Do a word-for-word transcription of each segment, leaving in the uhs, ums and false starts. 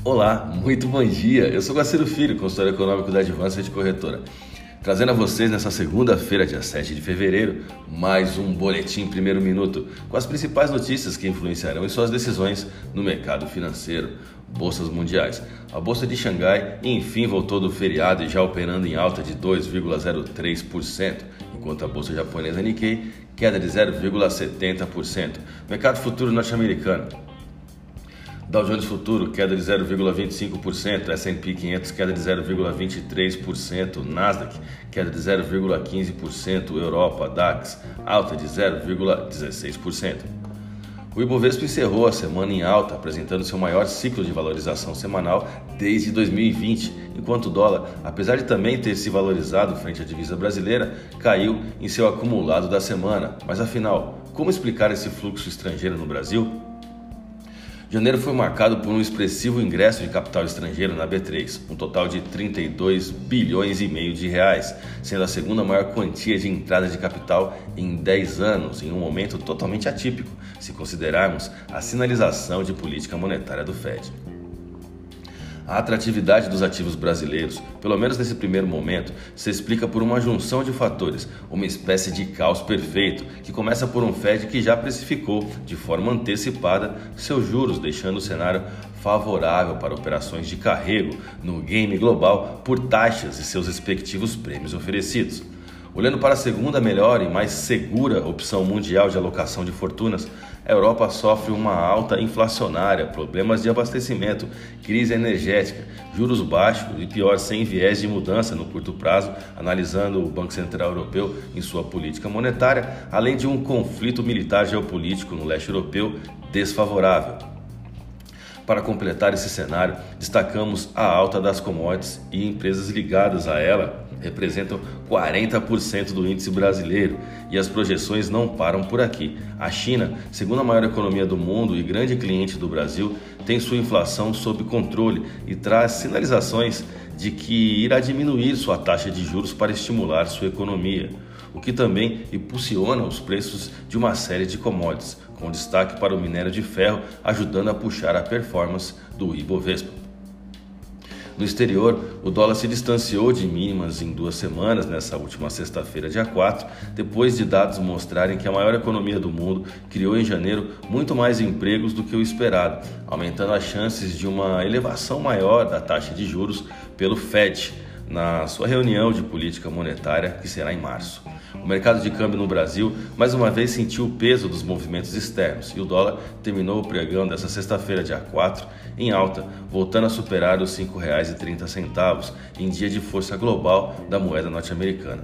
Olá, muito bom dia. Eu sou Guaciro Filho, consultor econômico da Advanced Corretora. Trazendo a vocês nessa segunda-feira, dia sete de fevereiro, mais um boletim primeiro minuto com as principais notícias que influenciarão em suas decisões no mercado financeiro. Bolsas mundiais. A Bolsa de Xangai, enfim, voltou do feriado e já operando em alta de dois vírgula zero três por cento, enquanto a Bolsa japonesa Nikkei queda de zero vírgula setenta por cento. Mercado futuro norte-americano. Dow Jones Futuro, queda de zero vírgula vinte e cinco por cento, S and P quinhentos, queda de zero vírgula vinte e três por cento, Nasdaq, queda de zero vírgula quinze por cento, Europa, DAX, alta de zero vírgula dezesseis por cento. O Ibovespa encerrou a semana em alta, apresentando seu maior ciclo de valorização semanal desde dois mil e vinte, enquanto o dólar, apesar de também ter se valorizado frente à divisa brasileira, caiu em seu acumulado da semana. Mas afinal, como explicar esse fluxo estrangeiro no Brasil? Janeiro foi marcado por um expressivo ingresso de capital estrangeiro na B três, um total de trinta e dois bilhões e meio de reais, sendo a segunda maior quantia de entrada de capital em dez anos, em um momento totalmente atípico, se considerarmos a sinalização de política monetária do Fed. A atratividade dos ativos brasileiros, pelo menos nesse primeiro momento, se explica por uma junção de fatores, uma espécie de caos perfeito, que começa por um Fed que já precificou, de forma antecipada, seus juros, deixando o cenário favorável para operações de carrego no game global por taxas e seus respectivos prêmios oferecidos. Olhando para a segunda melhor e mais segura opção mundial de alocação de fortunas, a Europa sofre uma alta inflacionária, problemas de abastecimento, crise energética, juros baixos e pior, sem viés de mudança no curto prazo, analisando o Banco Central Europeu em sua política monetária, além de um conflito militar geopolítico no leste europeu desfavorável. Para completar esse cenário, destacamos a alta das commodities e empresas ligadas a ela representam quarenta por cento do índice brasileiro e as projeções não param por aqui. A China, segunda maior economia do mundo e grande cliente do Brasil, tem sua inflação sob controle e traz sinalizações de que irá diminuir sua taxa de juros para estimular sua economia, o que também impulsiona os preços de uma série de commodities, com destaque para o minério de ferro, ajudando a puxar a performance do Ibovespa. No exterior, o dólar se distanciou de mínimas em duas semanas, nessa última sexta-feira, dia quatro, depois de dados mostrarem que a maior economia do mundo criou em janeiro muito mais empregos do que o esperado, aumentando as chances de uma elevação maior da taxa de juros pelo Fed na sua reunião de política monetária, que será em março. O mercado de câmbio no Brasil mais uma vez sentiu o peso dos movimentos externos e o dólar terminou o pregão dessa sexta-feira, dia quatro, em alta, voltando a superar os cinco reais e trinta centavos em dia de força global da moeda norte-americana.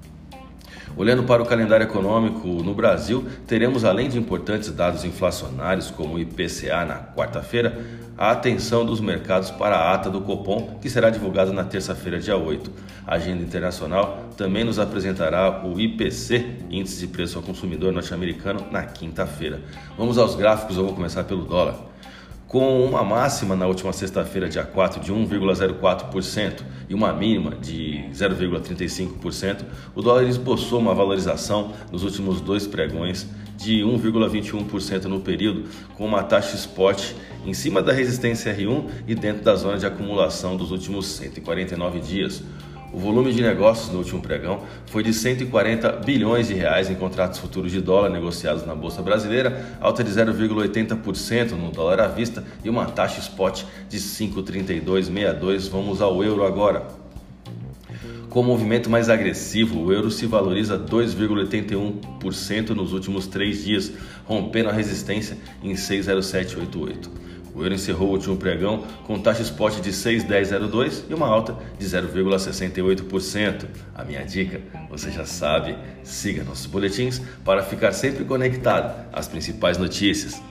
Olhando para o calendário econômico no Brasil, teremos, além de importantes dados inflacionários como o I P C A na quarta-feira, a atenção dos mercados para a ata do Copom, que será divulgada na terça-feira, dia oito. A agenda internacional também nos apresentará o I P C, Índice de Preço ao Consumidor norte-americano, na quinta-feira. Vamos aos gráficos, eu vou começar pelo dólar. Com uma máxima na última sexta-feira, dia quatro, de um vírgula zero quatro por cento e uma mínima de zero vírgula trinta e cinco por cento, o dólar esboçou uma valorização nos últimos dois pregões de um vírgula vinte e um por cento no período, com uma taxa spot em cima da resistência R um e dentro da zona de acumulação dos últimos cento e quarenta e nove dias. O volume de negócios no último pregão foi de cento e quarenta bilhões de reais em contratos futuros de dólar negociados na Bolsa Brasileira, alta de zero vírgula oitenta por cento no dólar à vista e uma taxa spot de cinco vírgula trinta e dois sessenta e dois. Vamos ao euro agora. Com o movimento mais agressivo, o euro se valoriza dois vírgula oitenta e um por cento nos últimos três dias, rompendo a resistência em seis vírgula zero sete oito oito. O euro encerrou o último pregão com taxa spot de seis vírgula dez zero dois e uma alta de zero vírgula sessenta e oito por cento. A minha dica, você já sabe, siga nossos boletins para ficar sempre conectado às principais notícias.